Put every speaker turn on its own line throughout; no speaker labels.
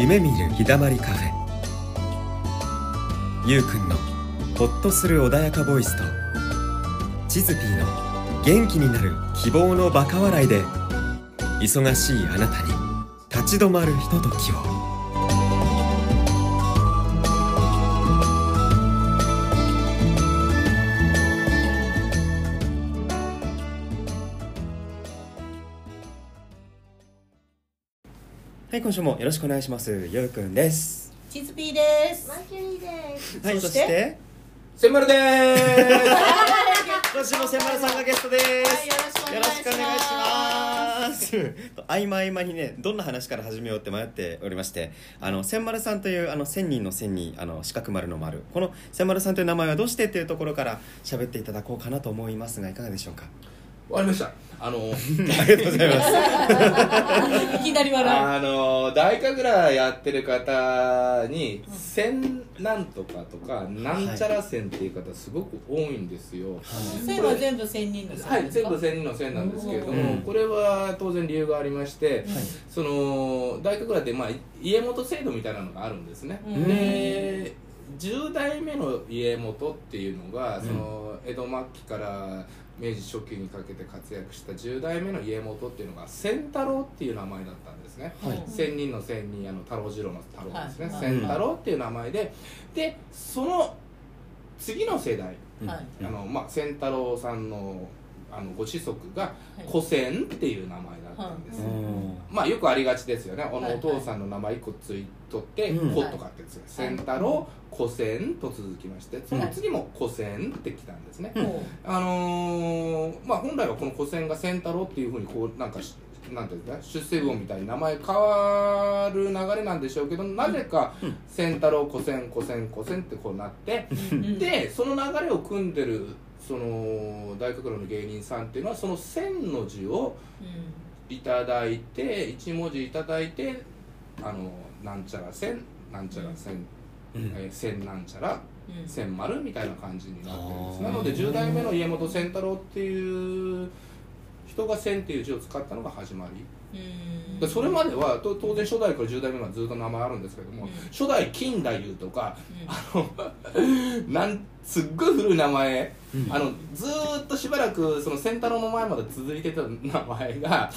夢見る日だまりカフェ。ゆうくんのほっとする穏やかボイスとチズピーの元気になる希望のバカ笑いで、忙しいあなたに立ち止まるひとときを。はい、今週もよろしくお願いします。ゆうくんです。
チズピーです。
マキュリーです。
はい、そして
千丸でーす。
今週も千丸さんがゲストです。
はい、よろしくお願いします。
よろしくお願いします。合間にね、どんな話から始めようって迷っておりまして、千丸さんという千人の千に四角丸の丸、この千丸さんという名前はどうしてっていうところから喋っていただこうかなと思いますが、いかがでしょうか。
わかりました。
ありがとうございます
いきなり笑
大神楽やってる方に千なんとかとかなんちゃら千っていう方すごく多いんですよ。
千は全部千人の千ですか？
はい、全部千人の千なんですけれども、これは当然理由がありまして、その大神楽って家元制度みたいなのがあるんですね。で、10代目の家元っていうのが、その江戸末期から明治初期にかけて活躍した10代目の家元っていうのが千太郎っていう名前だったんですね。千人の千に太郎次郎の太郎ですね。千太郎っていう名前で、その次の世代、千太郎さんのご子息が古千っていう名前だったんです。よくありがちですよね。お父さんの名前1個ついとって「古」とかってつ千太郎古千と続きまして、その次も古千ってきたんですね。本来はこの古千が千太郎っていうふうにこうなんていうんですか、出世魚みたいに名前変わる流れなんでしょうけど、なぜか千太郎古千古千古千ってこうなって、でその流れを組んでるその大神楽の芸人さんっていうのは、その千の字をいただいて、一文字いただいて、なんちゃら千なんちゃら千、千なんちゃら千丸みたいな感じになってるんです。なので10代目の家元千太郎っていう人が千っていう字を使ったのが始まり。それまでは当然初代から10代目はずっと名前あるんですけども、初代金太夫とかすっごい古い名前、ずーっとしばらくその千太郎の前まで続いてた名前が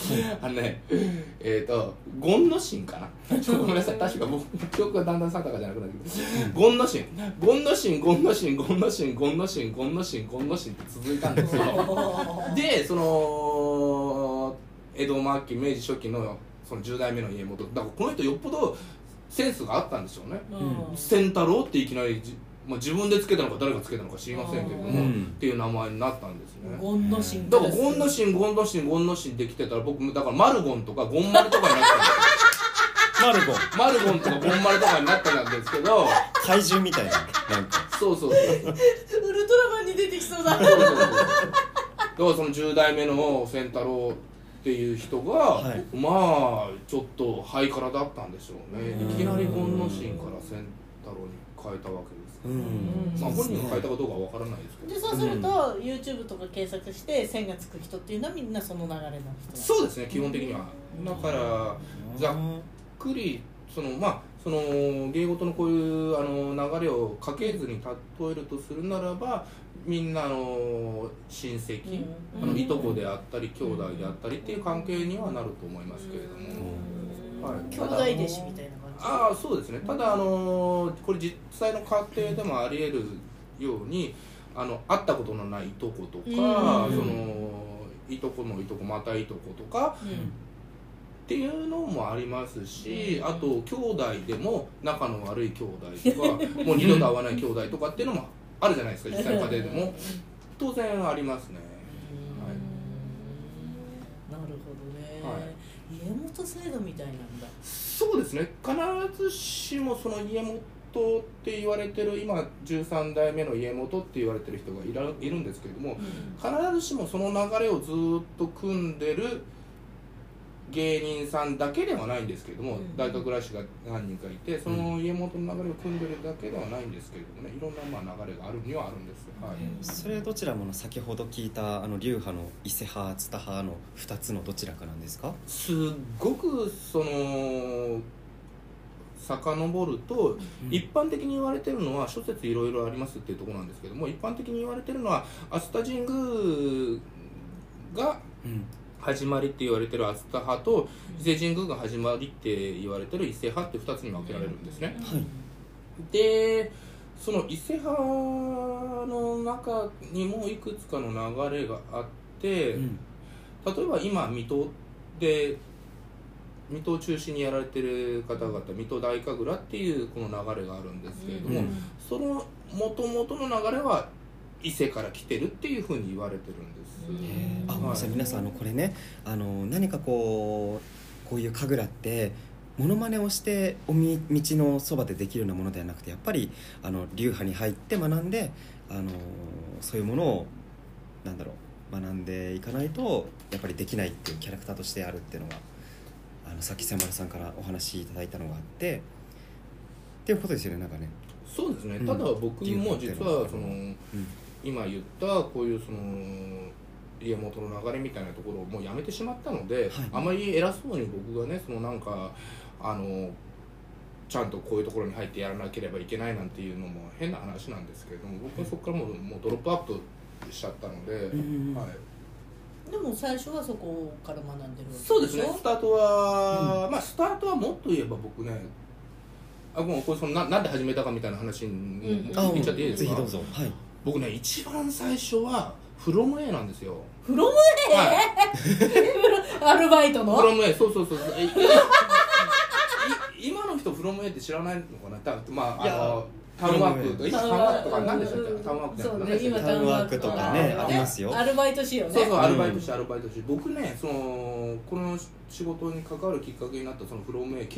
権之進かな。ごめんなさい、確か僕記憶がだんだん定かじゃなくなってきて、権之進権之進権之進権之進権之進権之進権之進って続いたんですよ。でその江戸末期明治初期のその10代目の家元だから、この人よっぽどセンスがあったんでしょうね。千太郎っていきなり自分でつけたのか誰がつけたのか知りませんけれども、っていう名前になったんですね。
権之進
だから権之進権之進権之進できてたら、僕だからマルゴンとかゴンマルとかになったんですよ。マルゴンとかゴンマルとかになったんですけど、
怪獣みたいな、なんか
ウルトラマンに出てきそうだ。
だからその10代目の千太郎っていう人が、ちょっとハイカラだったんでしょうね。いきなり権之進から千太郎に変えたわけです。本人が変えたかどうかは分からないですけど。
でそうすると、YouTube とか検索して線がつく人っていうのはみんなその流れの人。
そうですね、基本的には。だからざっくりその芸事のこういう流れを家系図に例えるとするならば、みんな親戚、いとこであったり兄弟であったりっていう関係にはなると思いますけれども、
兄弟弟子みたいな感じ。
そうですね。ただこれ実際の家庭でもあり得るように、会ったことのないいとことか、そのいとこのいとこまたいとことか、っていうのもありますし、あと兄弟でも仲の悪い兄弟とかもう二度と会わない兄弟とかっていうのもあるじゃないですか、実際の家庭でも当然ありますね。
なるほどね。家元制度みたいなんだ。
そうですね。必ずしもその家元って言われてる、今13代目の家元って言われてる人がいるんですけれども、必ずしもその流れをずっと組んでる芸人さんだけではないんですけれども、大神楽師が何人かいて、その家元の流れを組んでるだけではないんですけれどもね、いろんな流れがあるにはあるんです。
それどちらも先ほど聞いた流派の伊勢派蔦派の2つのどちらかなんですか？
すっごく遡ると、一般的に言われてるのは諸説いろいろありますっていうところなんですけども、一般的に言われてるのは熱田神宮が始まりって言われてる熱田派と伊勢神宮が始まりって言われてる伊勢派って2つに分けられるんですね。でその伊勢派の中にもいくつかの流れがあって、例えば今水戸を中心にやられてる方々、水戸大神楽っていうこの流れがあるんですけれども、その元々の流れは伊勢から来てるっていうふうに言われてるんです。
皆さんこれね何かこういう神楽ってモノマネをして道のそばでできるようなものではなくて、やっぱり流派に入って学んでそういうものを学んでいかないとやっぱりできないっていうキャラクターとしてあるっていうのがさっき千丸さんからお話しいただいたのがあってっていうことですよね。
そうですね、ただ僕も実は今言ったこういう家元の流れみたいなところをもうやめてしまったので、あまり偉そうに僕がねちゃんとこういうところに入ってやらなければいけないなんていうのも変な話なんですけれども、僕はそこからもうドロップアップしちゃったので、
でも最初はそこから学んでるわけでしょ。
そうですね、スタートは、スタートはもっと言えば僕ね、もうこれなんで始めたかみたいな話に言っちゃっていいですか。
ぜひどうぞ。
僕ね、一番最初はフロム A なんですよ。
フロム A？アルバイトの
フロム A、そう今の人フロム A って知らないのかな。タウンワークとか、今タウンワークとか何でしたっけ。タウンワーク
そうね、今
タウンワークとかねありますよ。
アルバイトしよね。
そうアルバイトし僕ね、この仕事に関わるきっかけになったそのフロム A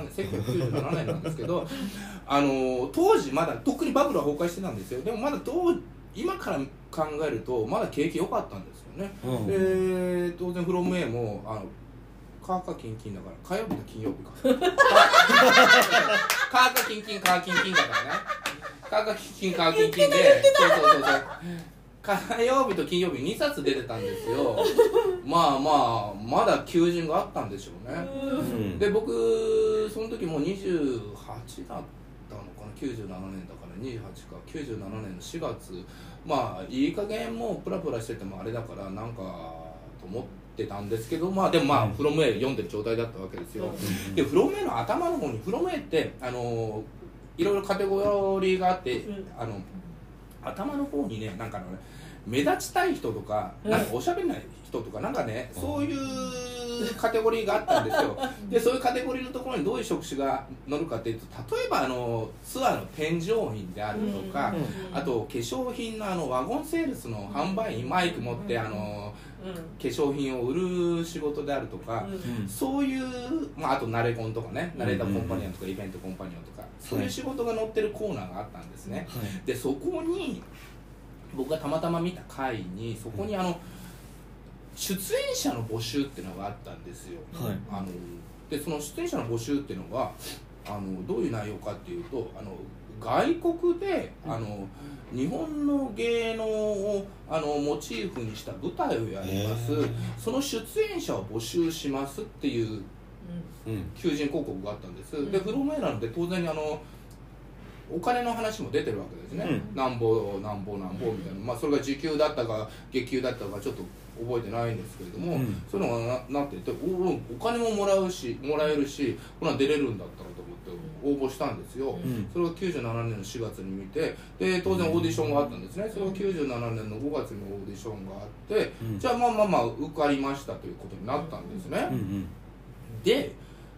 1997年なんですけど当時まだとっくにバブルは崩壊してたんですよ。でもまだ今から考えるとまだ景気良かったんですよね。当然フロム A もカーカキンキンだから火曜日と金曜日かカーカキンキンだからね、カーカキンキンカーキンキンでそう火曜日と金曜日2冊出てたんですよ。まだ求人があったんでしょうね。で僕その時もう28だったのかな、97年だから28か97年の4月、いい加減もうプラプラしててもあれだからなんかと思ってたんですけど、でもフロム A 読んでる状態だったわけですよ。でフロム A の頭の方にフロム A っていろいろカテゴリーがあって、頭の方にね目立ちたい人とかおしゃべりな人とかそういうカテゴリーがあったんですよ。でそういうカテゴリーのところにどういう職種が載るかっていうと、例えばツアーの添乗員であるとか、あと化粧品のワゴンセールスの販売員、マイク持って化粧品を売る仕事であるとか、そういう、あとナレコンとかね、ナレーターコンパニオンとかイベントコンパニオンとか、そういう仕事が載ってるコーナーがあったんですね。でそこに僕がたまたま見た回にそこに出演者の募集っていうのがあったんですよ。でその出演者の募集っていうのがどういう内容かっていうと、外国で日本の芸能をモチーフにした舞台をやります、その出演者を募集しますっていう求人広告があったんです。でフロム A なので当然にお金の話も出てるわけですね。なんぼみたいな、それが時給だったか月給だったかちょっと覚えてないんですけれども、そういうのがなっていて、お金ももらえるしこんなん出れるんだったらと思って応募したんですよ。それを97年の4月に見て、で当然オーディションがあったんですね。それを97年の5月にオーディションがあって、じゃあ受かりましたということになったんですね。で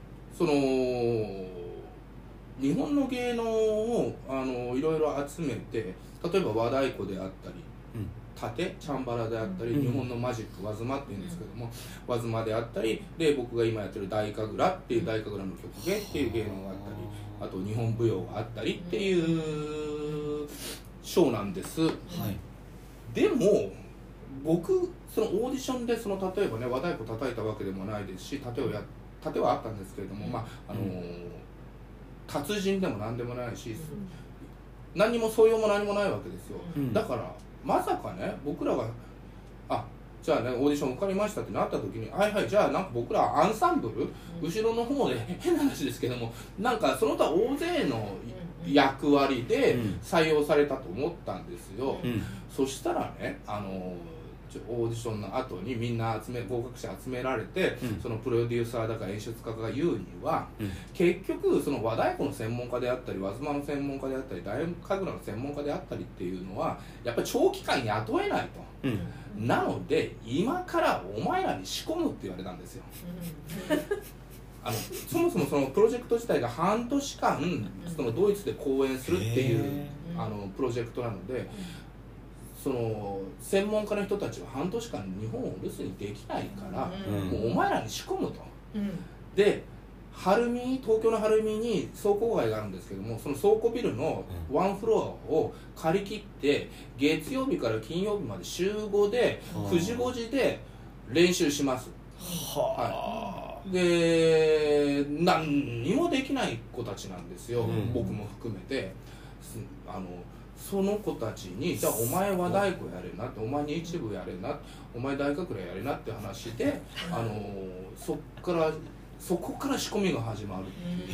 日本の芸能をいろいろ集めて、例えば和太鼓であったり、盾チャンバラであったり、日本のマジック和妻っていうんですけども、和妻であったりで、僕が今やってる大神楽っていう大神楽の曲芸っていう芸能があったり、あと日本舞踊があったりっていうショーなんです。でも僕そのオーディションで例えばね和太鼓叩いたわけでもないですし、盾はあったんですけれども、達人でも何でもないし、何にも素養も何もないわけですよ。だからまさかね、僕らがじゃあねオーディション受かりましたってなった時にはいはいじゃあなんか僕らアンサンブル、後ろの方で変な話ですけどもなんかその他大勢の役割で採用されたと思ったんですよ、そしたらねオーディションの後にみんな合格者集められて、そのプロデューサーだか演出家が言うには、結局その和太鼓の専門家であったり和妻の専門家であったり大神楽の専門家であったりっていうのはやっぱり長期間雇えないと、なので今からお前らに仕込むって言われたんですよそもそもそのプロジェクト自体が半年間そのドイツで公演するっていうプロジェクトなので、その専門家の人たちは半年間日本を留守にできないから、もうお前らに仕込むと、で東京の晴海に倉庫街があるんですけども、その倉庫ビルのワンフロアを借り切って月曜日から金曜日まで週5で9時5時で練習します。で何にもできない子たちなんですよ、僕も含めて。その子たちにじゃあお前和太鼓やれなって、お前日舞やれな、お前大神楽やれなって話でそこから仕込みが始まる。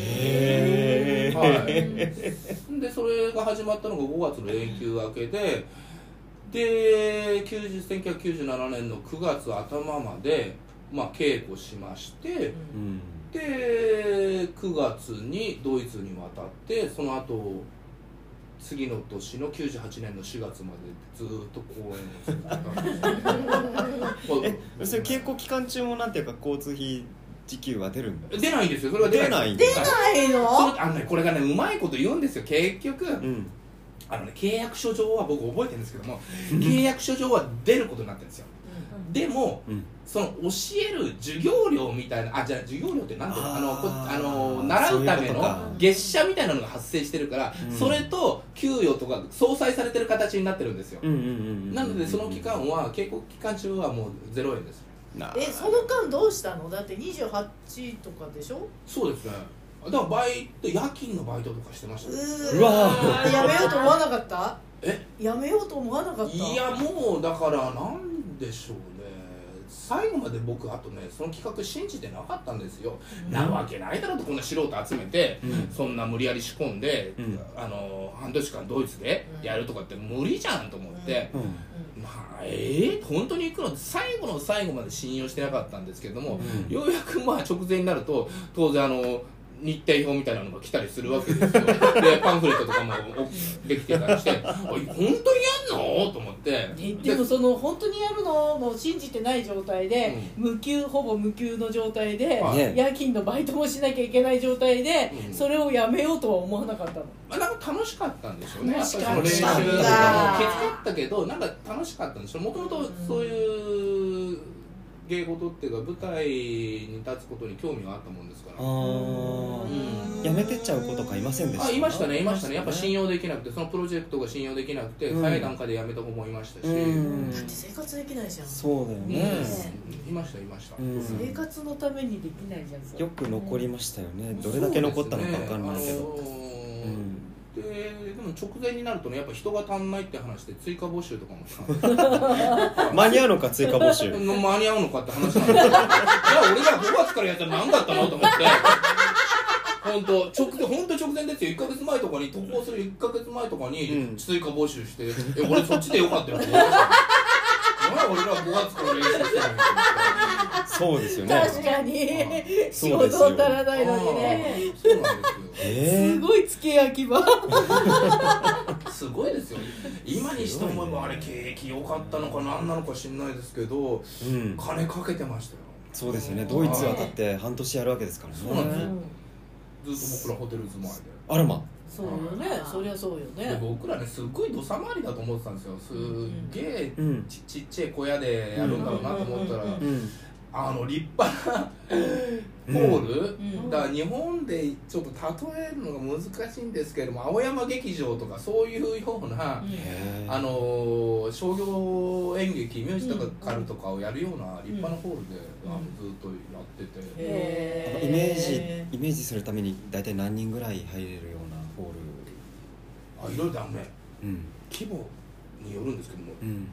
でそれが始まったのが5月の連休明けで、1997年の9月頭まで、稽古しまして、で9月にドイツに渡って、その後次の年の98年の4月までずっと公演をしてたんです
それ稽古期間中もなんていうか交通費時給は出るんですか？
出ないんですよ。それは出ないの？これがねうまいこと言うんですよ。結局、契約書上は僕覚えてるんですけども契約書上は出ることになってるんですよ。でも、その教える授業料みたいな、じゃあ授業料って何ていうの、習うための月謝みたいなのが発生してるから、それと給与とか相殺されてる形になってるんですよ。なのでその期間は稽古期間中はもう0円です。
その間どうしたの？だって28とかでしょ？
そうですね。だからバイト、夜勤のバイトとかしてました。
うわー、やめようと思わなかった？やめようと思わなかった？
いやもうだからなんでしょうね、最後まで僕あとねその企画信じてなかったんですよ。なわけないだろうと、こんな素人集めて、そんな無理やり仕込んで、半年間ドイツでやるとかって無理じゃんと思って、本当に行くのって最後の最後まで信用してなかったんですけども、ようやく直前になると当然日程表みたいなのが来たりするわけですよ。でパンフレットとかもできてたりして本当にやんのと思って。
でもその本当にやるのも信じてない状態で、ほぼ無給の状態で、夜勤のバイトもしなきゃいけない状態で、それをやめようとは思わなかったの？
なんか楽しかったんでしょうね。
楽しかった。
練習とかもきつかったけどなんか楽しかったんでしょう。もともとそういう芸事っていうか舞台に立つことに興味があったもんですから。
やめてっちゃう子とかいませんでした？
いましたね。やっぱ信用できなくて、そのプロジェクトが信用できなくて、早い段階でやめた子もいましたし、だ
って生活できないじゃん。
そうだよね。
いました。
生活のためにできないじゃん。
よく残りましたよね。どれだけ残ったのか分かんないけど。
でも直前になるとね、やっぱ人が足んないって話で追加募集とかも
間に合うのか追加募集
間に合うのかって話なんですよ。じゃあ俺が5月からやったら何だったのと思って本当直前ですよ。1ヶ月前とかに投稿する1ヶ月前とかに追加募集して俺そっちでよかったよと思いました。俺ら5月から練習してないみたいな。
そうですよね。
確かに仕事足らないのにね。
そうなんです
よ。すごい付け焼き場。
すごいですよ。今にして思えばあれ景気良かったのか何なのか知んないですけど、金かけてましたよ。
そうですよね。ドイツ渡って半年やるわけですからね。
そうなんですよ。ずっと僕らホテル住まいで。
あらま。
そうよね。そりゃそうよね。
で僕らねすっごい土佐回りだと思ってたんですよ。すっげえちっちゃい小屋でやるんだろうなと思ったら、立派なホール、だから日本でちょっと例えるのが難しいんですけれども、青山劇場とかそういうような商業演劇ミュージカルとかをやるような立派なホールでずっとやってて、
イメージするために大体何人ぐらい入れるようなホール？
いろいろだね、規模によるんですけども、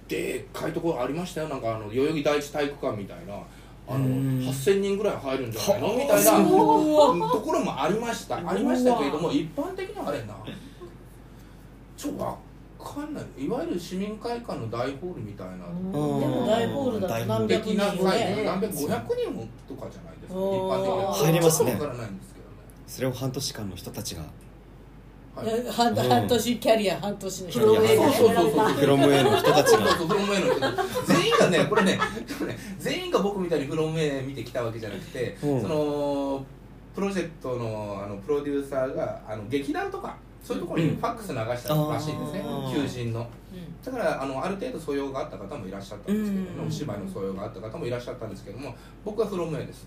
でっかいところありましたよ。なんか代々木第一体育館みたいな8000人ぐらい入るんじゃないのみたいなところもありましたけれども、一般的にはあれなちょっとわかんない。いわゆる市民会館の大ホールみたいな、
でも大ホールだと何百人
何百500人とかじゃないですか、一般的には
入りますね。
わからないんですけどね。
それを半年間の人たちが
半年キャリア半年の人
フロム A の人たちが
フロム A の人全員がね、これね全員が僕みたいにフロム A 見てきたわけじゃなくて、そのプロジェクトのプロデューサーが劇団とかそういうところにファックス流したらしいんですね、求人の。だからある程度素養があった方もいらっしゃったんですけど、お芝居の素養があった方もいらっしゃったんですけども、僕はフロム A です。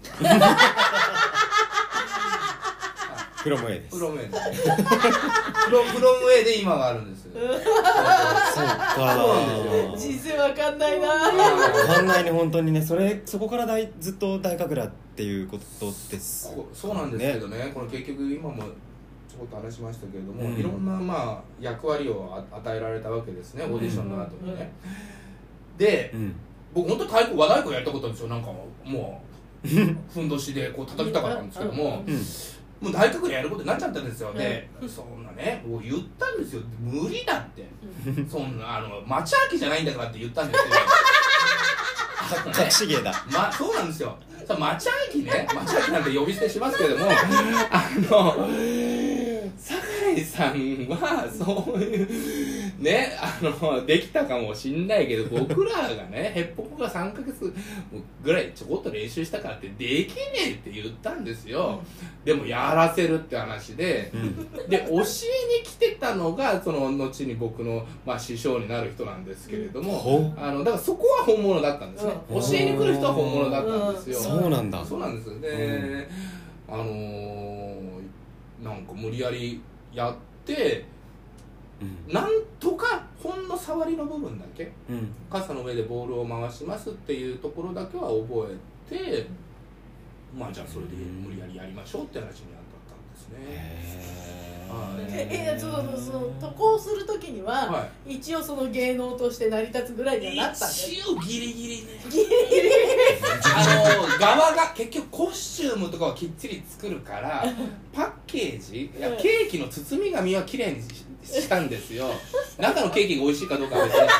フロム A です。
フロム A です。フロム A で今があるんです。
そうか。
人生わかんないな。
わかんないね、本当にね。そこからずっと大神楽っていうことです。
そうなんですけどね。これ結局今もちょっと話しましたけれども、いろんな役割を与えられたわけですね、オーディションの後にね。で、僕本当に和太鼓やったことあるんですよ。なんかもうふんどしでこう叩きたかったんですけども。もう大学でやることになっちゃったんですよ。で、そんなね、もう言ったんですよ。無理だって。そんな町明じゃないんだからって言ったんですよ。
隠し芸だ。
そうなんですよ。町明ね、町明なんて呼び捨てしますけども、酒井さんはそういうね、できたかもしんないけど、僕らがね、へっぽこが3ヶ月ぐらいちょこっと練習したからってできねえって言ったんですよ。でもやらせるって話で、で教えに来てたのがその後に僕の師匠になる人なんですけれども、だからそこは本物だったんですね。教えに来る人は本物だったんですよ。
そうなんだ。
そうなんです。で、なんか無理やりやって、なんとかほんの触りの部分だけ、傘の上でボールを回しますっていうところだけは覚えて、じゃあそれで無理やりやりましょうって話になったんですね。
渡航するときには、一応その芸能として成り立つぐらいにはなったんです。
一応ギリギリね。側が結局コスチュームとかはきっちり作るからパッケージケーキの包み紙はきれいにしたんですよ。中のケーキが美味しいかどうかは別にして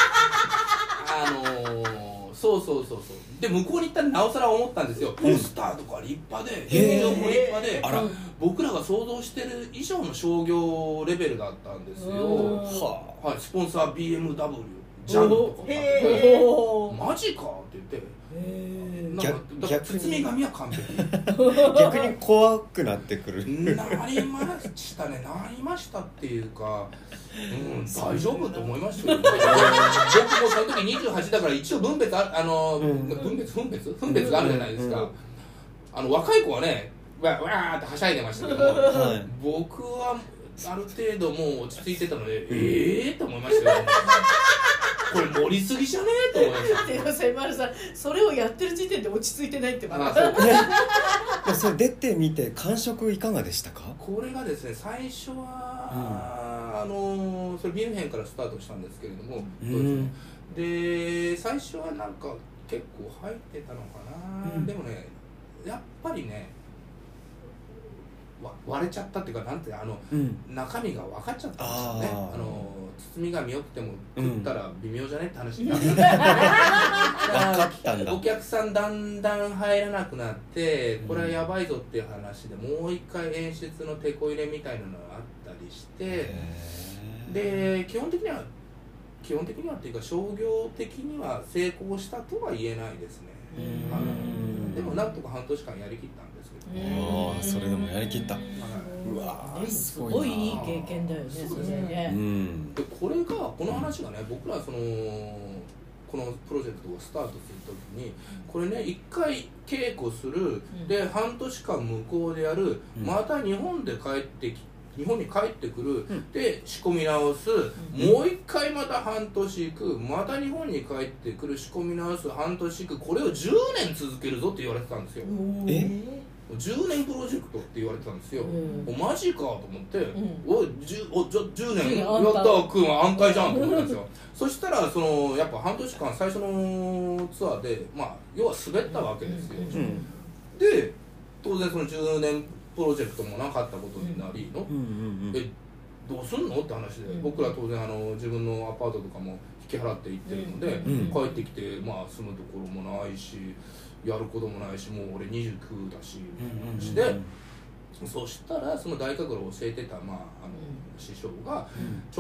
そうで向こうに行ったらなおさら思ったんですよ。ポスターとか立派で劇場も立派で、僕らが想像してる以上の商業レベルだったんですよ。スポンサー BMW ジャンとかマジかって言って、包み紙は完璧。
逆に怖くなってくる。
なりましたっていうか、大丈夫と思いましたよ。僕もその時28だから一応分別があるじゃないですか。若い子はねわーってはしゃいでましたけども、僕はある程度もう落ち着いてたのでと思いましたよ。これ盛りすぎじゃねえと思いました。
すいません、丸さん、それをやってる時点で落ち着いてないってま
た。それ出てみて感触いかがでしたか？
これがですね、最初は、それビルヘンからスタートしたんですけれども、で最初はなんか結構入ってたのかな、でもねやっぱりね割れちゃったっていうか、なんて中身が分かっちゃったんですよね。包み紙良くても食ったら微妙じゃねって話になって、分かったんだ。お客さんだんだん入らなくなって、これはやばいぞっていう話でもう一回演出のテこ入れみたいなのがあったりして、で基本的にはっていうか商業的には成功したとは言えないですね。でもなんとか半年間やりきったんですけど、
それでもやりきった。うわ
すごいいい経験だよね。それね。
でこの話がね、僕らこのプロジェクトをスタートするときに、これね一回稽古する、で半年間向こうでやる、また日本に帰ってくる、で仕込み直す、もう一回また半年行く、また日本に帰ってくる、仕込み直す、半年行く、これを10年続けるぞって言われてたんですよ。 10年プロジェクトって言われてたんですよ、マジかと思って、おい10年やった君は安泰じゃんと思ったんですよそしたらやっぱ半年間最初のツアーで、要は滑ったわけですよ、で当然その10年プロジェクトもなかったことになりの、どうすんのって話で、僕ら当然自分のアパートとかも引き払って行ってるので、帰ってきて、住むところもないしやることもないし、もう俺29だし、そしたらその大神楽を教えてた、師匠が、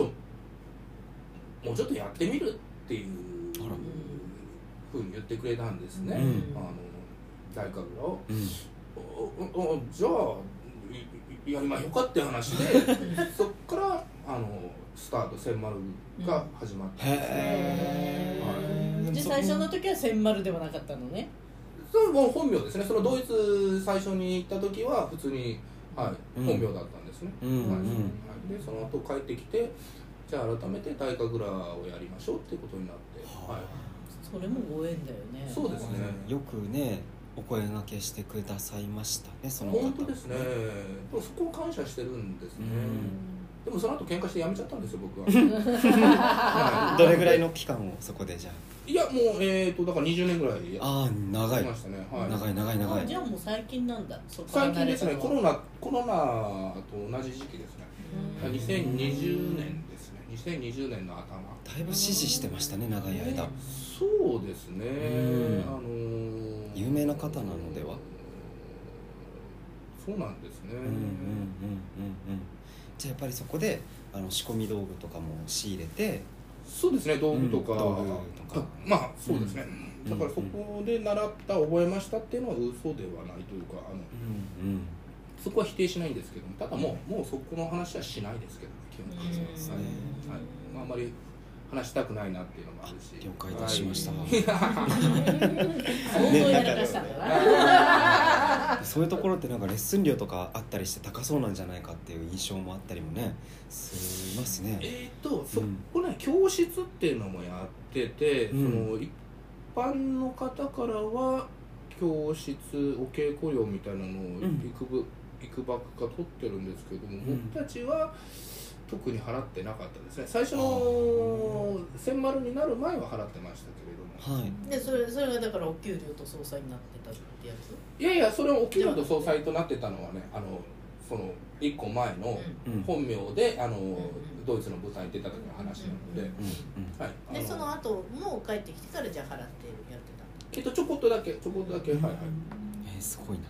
もうちょっとやってみるっていうふうに言ってくれたんですね、大神楽を、じゃあやりましょうかって話でそっからスタート千丸が始まったんですね、
で最初の時は千丸ではなかったのね。
それも本名ですね。そのドイツ最初に行った時は普通に、本名だったんですね、でその後帰ってきて、じゃあ改めて大神楽をやりましょうっていうことになって、
それもご縁だよね。
そうですね、
よくねお声掛けしてくださいましたね、その方。
本当ですね。でもそこを感謝してるんですね、でもその後喧嘩して辞めちゃったんですよ僕は
どれぐらいの期間をそこでじゃあ。
いやもうだから20年ぐらいや
長い
ましたね、
長い。
じゃあもう最近なんだ。
最近ですね。コロナと同じ時期ですね、2020年ですね。2020年の頭。
だいぶ支持してましたね、長い間。
そうですね、
有名な方なのでは。
そうなんですね。
じゃあやっぱりそこで仕込み道具とかも仕入れて。
そうですね、道具とか、そうですね、だからそこで習った覚えましたっていうのは嘘ではないというか、そこは否定しないんですけども、ただもうそこの話はしないですけどね、基本的には。あんまり話したくないなっていうのもあるし。
了解いたしました。
相当やらかしたんだな。
そういうところってなんかレッスン料とかあったりして高そうなんじゃないかっていう印象もあったりもねしますね。
そこね、教室っていうのもやってて、その一般の方からは教室お稽古料みたいなのをいくばくか取ってるんですけども、僕たちは特に払ってなかったですね。最初の千丸になる前は払ってましたけれども、
でそれがだからお給料と総裁になってたってやつ。
いやそれはお給料と総裁となってたのはね、その1個前の本名でドイツの舞台に出た時の話なので、
でその後も帰ってきてからじゃあ払ってやってた。
ちょこっとだけ、す
ごいな。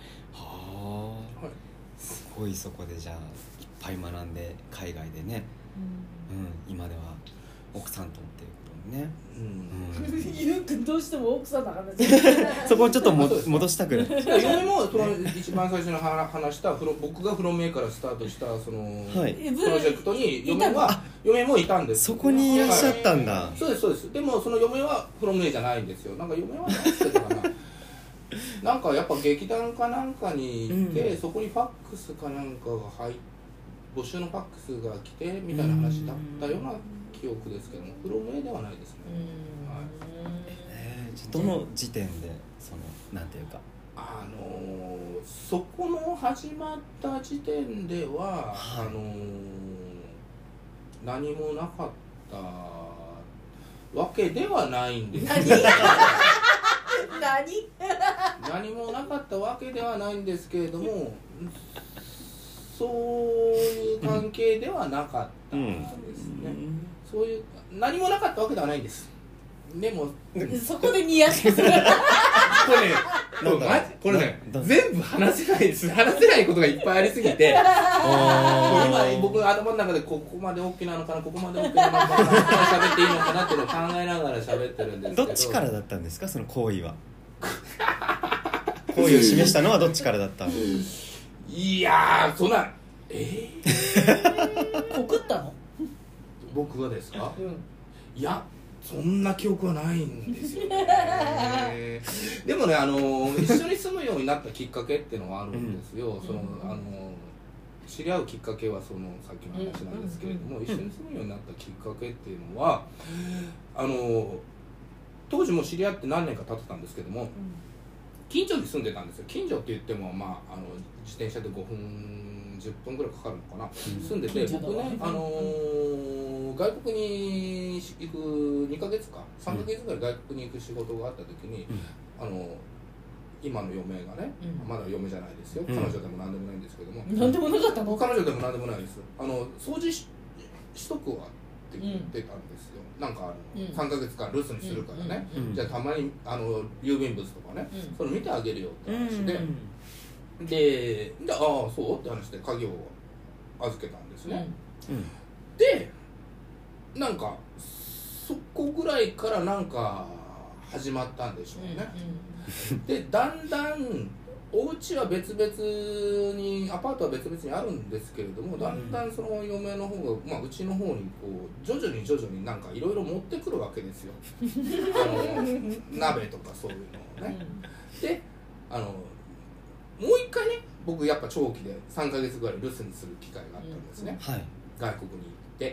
すごい。そこでじゃあいっぱい学んで海外でね、今では奥さんとっていうことね。
ゆうくんどうしても奥さんの話
そこをちょっと戻したくない。
嫁も一番最初に話した僕がフロムメイからスタートしたそのプロジェクトに嫁もいたんです。
そこにいらっしゃったんだ。
そうです。でもその嫁はフロムメイじゃないんですよ。なんか嫁は何してたかななんかやっぱ劇団かなんかに行って、そこにファックスかなんかが募集のファックスが来てみたいな話だったような記憶ですけども、フロムメイではないですね。
どの時点でなんていうか
そこの始まった時点では、何もなかったわけではないんです何もなかったわけではないんですけれども、そういう関係ではなかったんですね。そういう何もなかったわけではないんです。でも
そこでニヤッとする
これね全部話せないです。話せないことがいっぱいありすぎて今僕頭の中でここまで OK なのかな、ここまで OK なのかな、喋っていいのかなっていうのを考えながら喋ってるんですけど、
どっちからだったんですか、その行為は。行為を示したのはどっちからだったの。
いやー、そんな
告ったの？
僕がですか？いやそんな記憶はないんですよねでもね、一緒に住むようになったきっかけっていうのがあるんですよ。知り合うきっかけはさっきの話なんですけれども、一緒に住むようになったきっかけっていうのは当時も知り合って何年か経ってたんですけども、 近所に住んでたんですよ。近所って言っても、まあ、自転車で5分10分ぐらいかかるのかな、住んでて、僕ね、外国に行く2ヶ月か3ヶ月ぐらい外国に行く仕事があった時に、今の嫁がね、まだ嫁じゃないですよ、彼女でも何でもないんですけども、
何でもなかったの？
彼女でも何でもないです。掃除しとくわって言ってたんですよ。なんか3ヶ月間留守にするからね、じゃあたまに郵便物とかね、それ見てあげるよって話で、ああそうって話で鍵を預けたんですね。でなんかそこぐらいからなんか始まったんでしょうね。でだんだんお家は別々に、アパートは別々にあるんですけれども、だんだんその嫁の方が、まあ、うちの方にこう徐々になんかいろいろ持ってくるわけですよ鍋とかそういうのをね。でもう一回ね、僕やっぱ長期で3ヶ月ぐらい留守にする機会があったんですね、外国に行って。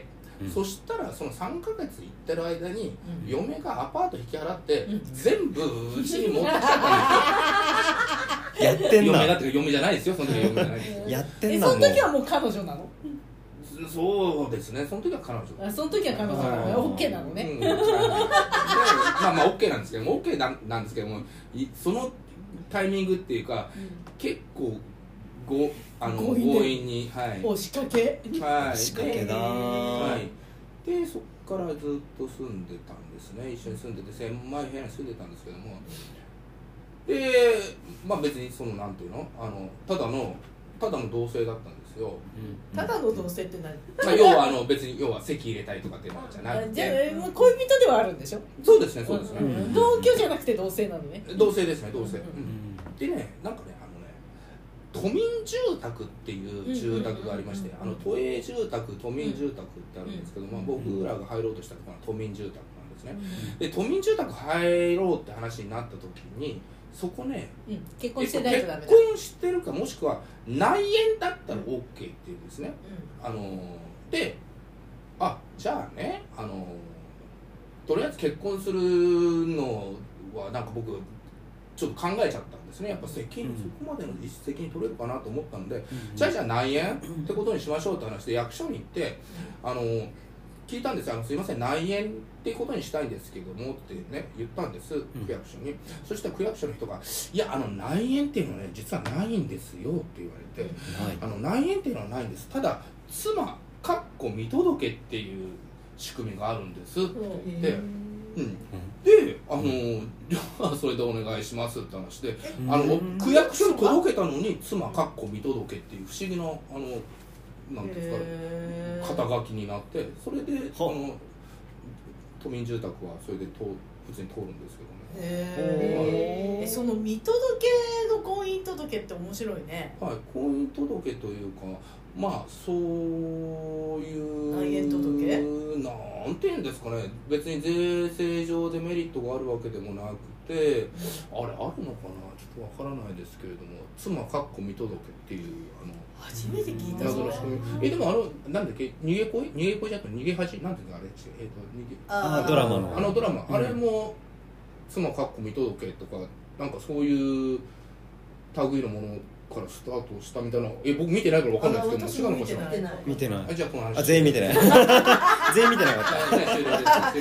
そしたらその3ヶ月行ってる間に、嫁がアパート引き払って、全部うちに持ってきちゃったんですよ。
やってんな。
嫁だって嫁じゃないですよ、その時は嫁じゃないですよ。
やってんな。
その時はもう彼女なの？
そうですね、その時は彼女。
その時は彼女なの。OK なのね。
まあ OK なんですけども、OK なんですけども、そのタイミングっていうか、結構強引に、
お仕掛け、
仕掛けだ、
でそこからずっと住んでたんですね。一緒に住んでて狭い部屋に住んでたんですけども、でまあ別にそのなんていうの、ただの同棲だったんですよ。
ただの同棲って何？
まあ要は別に要は籍入れたりとかっていうのじゃなくて、
じゃあ恋人ではあるんでしょ？
そうですね、そうですね。
同居じゃなくて同棲なのね。
同棲ですね、同棲。でね、なんかね、都民住宅っていう住宅がありまして、都営住宅、都民住宅ってあるんですけど、僕らが入ろうとしたところは都民住宅なんですね。で都民住宅入ろうって話になった時に、そこね、
結婚してないとダメだ。
結婚してるかもしくは内縁だったら OK っていうんですね。で、じゃあね、とりあえず結婚するのはなんか僕ちょっと考えちゃったんですね。やっぱそこまでの責任取れるかなと思ったので、じゃあ内縁ってことにしましょうって話で役所に行って聞いたんですよ。すいません、内縁ってことにしたいんですけどもってね言ったんです、区役所に。そしたら区役所の人が、いや内縁っていうのはね実はないんですよって言われて、内縁っていうのはないんです、ただ妻見届けっていう仕組みがあるんですって言って、でじゃあそれでお願いしますって話で、区役所に届けたのに妻見届けっていう不思議ななんていうんですか、肩書きになって、それで都民住宅はそれで普通に通るんですけどね。
その見届けの婚姻届って面白いね。
はい、婚姻届というか、まあそういう
内縁届
なんていうんですかね、別に税制上でメリットがあるわけでもなくて、あれあるのかな、ちょっとわからないですけれども、妻見届っていう
初めて聞いたぞ。
でもなんだっけ、逃げ恋じゃなくて逃げ恥なんていうのあれ、
ドラマの
ドラマ、あれも妻見届とかなんかそういう類のものからスタートしたみたいな。僕見てないから分かんないですけど、違うのかしら。
見てない。
じゃあこの話
全員見てない。全員見てなかった。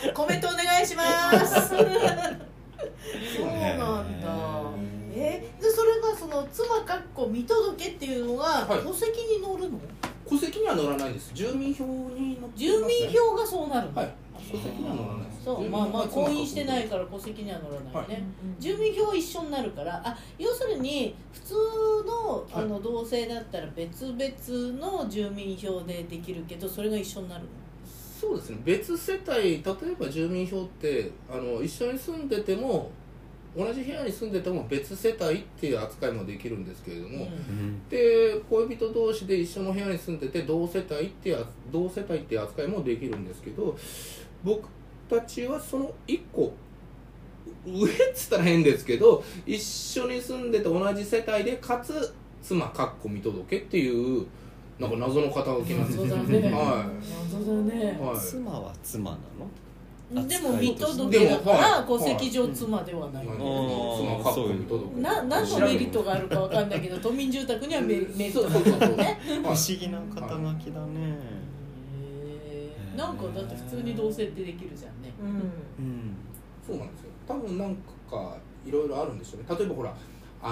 コメントお願いします。そうなんだ。でそれがその妻見届っていうのが戸籍に載るの？
戸籍には載らないんです。住民票に載ってますね。
住民票がそうなるの？
はい。戸籍には載らないです。
そう、まあ婚姻してないから戸籍には載らないね。住民票は一緒になるから、要するに普通の同棲だったら別々の住民票でできるけど、それが一緒になるの？
そうですね。別世帯、例えば住民票って一緒に住んでても、同じ部屋に住んでても別世帯っていう扱いもできるんですけれども、で恋人同士で一緒の部屋に住んでて同世帯っていう扱いもできるんですけど、僕たちはその1個上っつったら変ですけど、一緒に住んでて同じ世帯でかつ妻見届っていうなんか謎の肩書きなんですよ。
謎だね。謎だね。
妻は妻なの？
でも見届けだから戸籍上妻ではない。
妻かっこ見届け。
何のメリットがあるかわかんないけど、都民住宅にはメリットがあるね。
不思議な肩書きだね。
なんかだって普通に同棲ってできるじゃんね。
そうなんですよ。多分なんかいろいろあるんでしょうね。例えばほら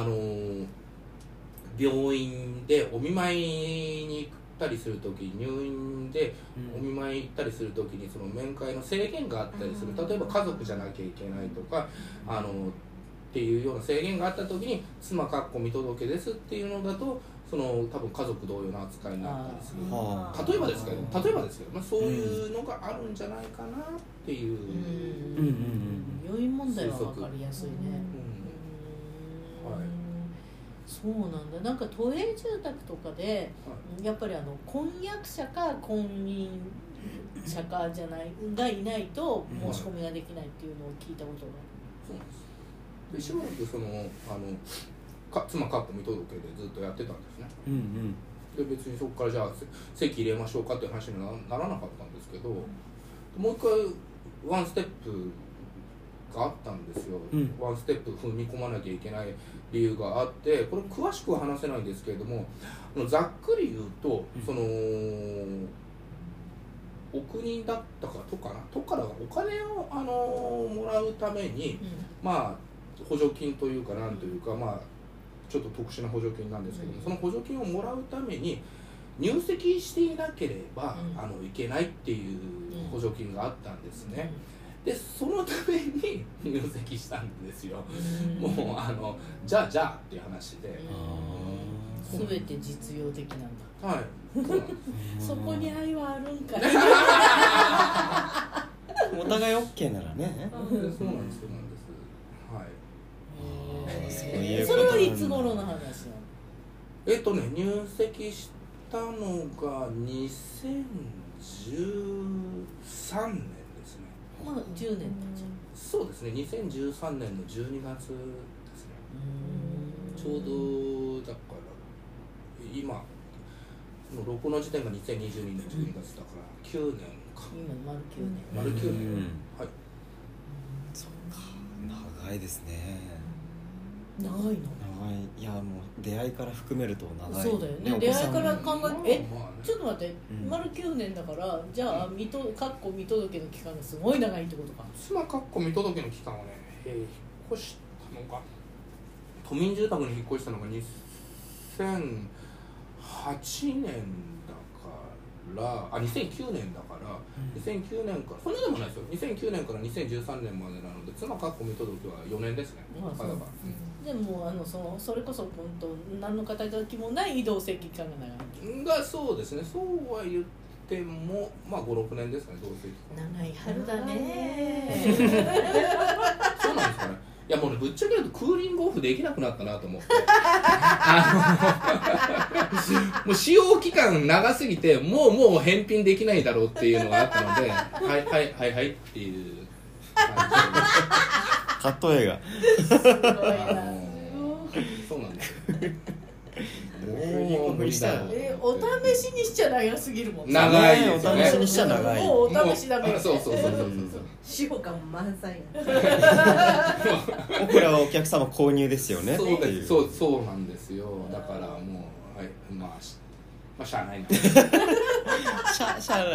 病院でお見舞いに行ったりするとき、入院でお見舞い行ったりするときにその面会の制限があったりする。例えば家族じゃなきゃいけないとかっていうような制限があったときに妻かっこ見届けですっていうのだと、その多分家族同様の扱いになったりする。例えばですけど、そういうのがあるんじゃないかなっていう。
要因問題は分かりやすいね。そうなんだ。なんか都営住宅とかで、やっぱり婚約者か婚姻者かじゃないがいないと申し込みができないっていうのを聞いたことがある。
そうなんです。でしばらく妻かっこ見届けでずっとやってたんですね。で別にそこからじゃあ籍入れましょうかっていう話にはならなかったんですけど、もう一回ワンステップがあったんですよ。ワンステップ踏み込まなきゃいけない理由があって、これ詳しくは話せないんですけれども、ざっくり言うと、そのお国だったか都からお金をもらうために、まあ補助金というかなんというか、まあちょっと特殊な補助金なんですけども、その補助金をもらうために入籍していなければいけないっていう補助金があったんですね。でそのために入籍したんですよ。もうじゃあっていう話で、
全て実用的なんだ。
はい。
そこに愛はあるんかい。
お互い OK ならね。
そうなんです。はい。
それはいつ頃の話なの？
入籍したのが2013年ですね。
まあ10年経ちゃう。
そうですね。2013年の12月ですね。ちょうどだから今の6の時点が2022年12月だから9年か。
今丸9年。
丸9年。はい。
そうか。長いですね。
長いの？
長い。いやもう出会いから含めると長い。
そうだよね。出会いから考えちょっと待って、丸9年だからじゃあかっこ見届けの期間がすごい長いってことか。
妻かっこ見届けの期間はね、引っ越したのが都民住宅に引っ越したのが2008年だから2009年だから、2009年からそんなでもないですよ。2009年から2013年までなので、妻かっこ見届けは4年ですね。
でもそれこそ本当何の肩書きもない移動席期間が
長い。そうですね。そうは言ってもまあ5、6年ですかね、同棲期間。
長い春だね。
そうなんですかね。いやもうね、ぶっちゃけるとクーリングオフできなくなったなと思ってもう使用期間長すぎてもう返品できないだろうっていうのがあったのではいっていう
カット映画
そうなんですよ
もう無理したよ。
お試しにしちゃ長すぎるもんね。
長いですね。
お試しにしちゃ長い。
もうお試しだけどね。
そう
死後感満載な。
これはお客様購入ですよね。
そうなんですよ。だからもうはいまあしゃあないな。
しゃあない。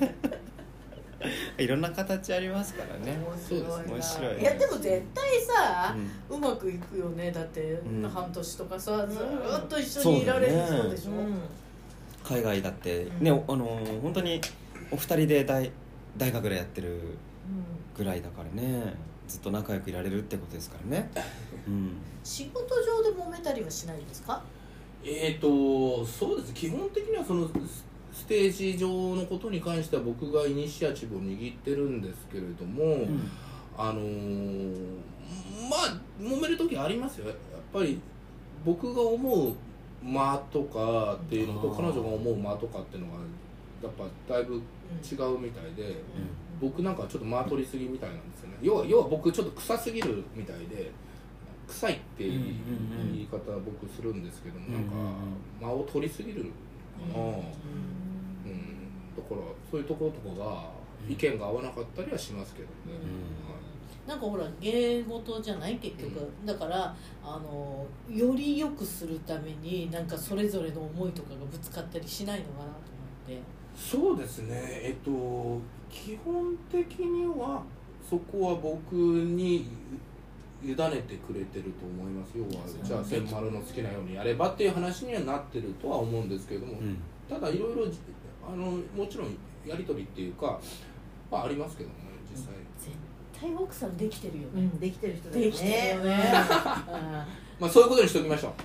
いろんな形ありますからね。面白い。
いやでも絶対さ、うまくいくよね。だって半年とかさ、ずっと一緒にいられるそうでしょ。
海外だってね、本当にお二人で大学でやってるぐらいだからね、ずっと仲良くいられるってことですからね。
仕事上で揉めたりはしないんですか？
そうです。基本的にはそのステージ上のことに関しては僕がイニシアチブを握ってるんですけれども、まあ揉める時ありますよ。やっぱり僕が思う間とかっていうのと彼女が思う間とかっていうのがやっぱだいぶ違うみたいで、僕なんかちょっと間取りすぎみたいなんですよね。要は僕ちょっと臭すぎるみたいで、臭いって言い方は僕するんですけども、なんか間を取りすぎるかな。だからそういうところとかが意見が合わなかったりはしますけどね、
なんかほら芸事じゃない結局、だからより良くするためになんかそれぞれの思いとかがぶつかったりしないのかなと思って。
そうですね、基本的にはそこは僕に委ねてくれてると思います。要はじゃあ千丸の好きなようにやればっていう話にはなってるとは思うんですけれども、ただいろいろもちろんやり取りっていうか、まあ、ありますけどもね、実際
絶対奥さんできてるよね、
できてる人だよね。
できてるよね
まあそういうことにしておきましょう。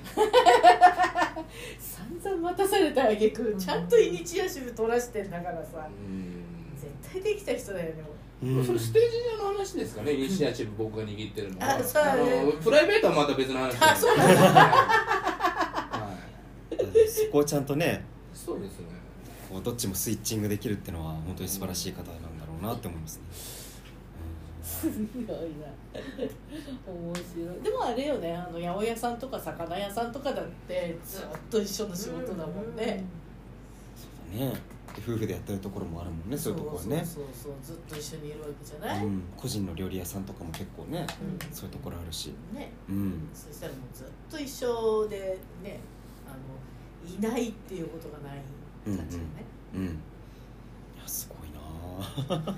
散々待たされたあげくちゃんとイニシアチブ取らしてんだからさ、絶対できた人だよね。
それステージ上の話ですかね、イニシアチブ僕が握ってるのは。プライベートはまた別の話です。
あ、そうなんだ
そこをちゃんとね、
そうですね、
こうどっちもスイッチングできるっていうのは本当に素晴らしい方なんだろうなって思いますね。
すごいな、面白い。でもあれよね、八百屋さんとか魚屋さんとかだってずっと一緒の仕事だもんね。
そうだね、夫婦でやってるところもあるもんね、そういうところはね。
そうずっと一緒にいるわけじゃない、
個人の料理屋さんとかも結構ね、そういうところあるし
ね、そしたらもうずっと一緒でね、いないっていうことがない感じよね。
いや、すごいなはい、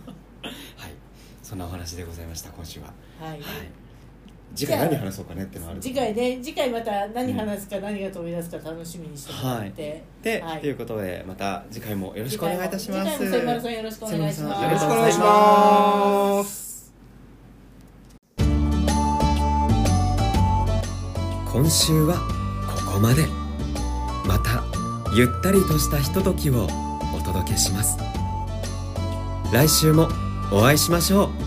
そんなお話でございました、今週は。はい、次回何話そうかねってのはある。
次回また何話すか、何が飛び出すか楽しみにしてもらって、
ということでまた次回もよろしくお願いいたします。
次回も千丸さんよろしくお願いします。
よろしくお願いします。
今週はここまで。またゆったりとしたひとときをお届けします。来週もお会いしましょう。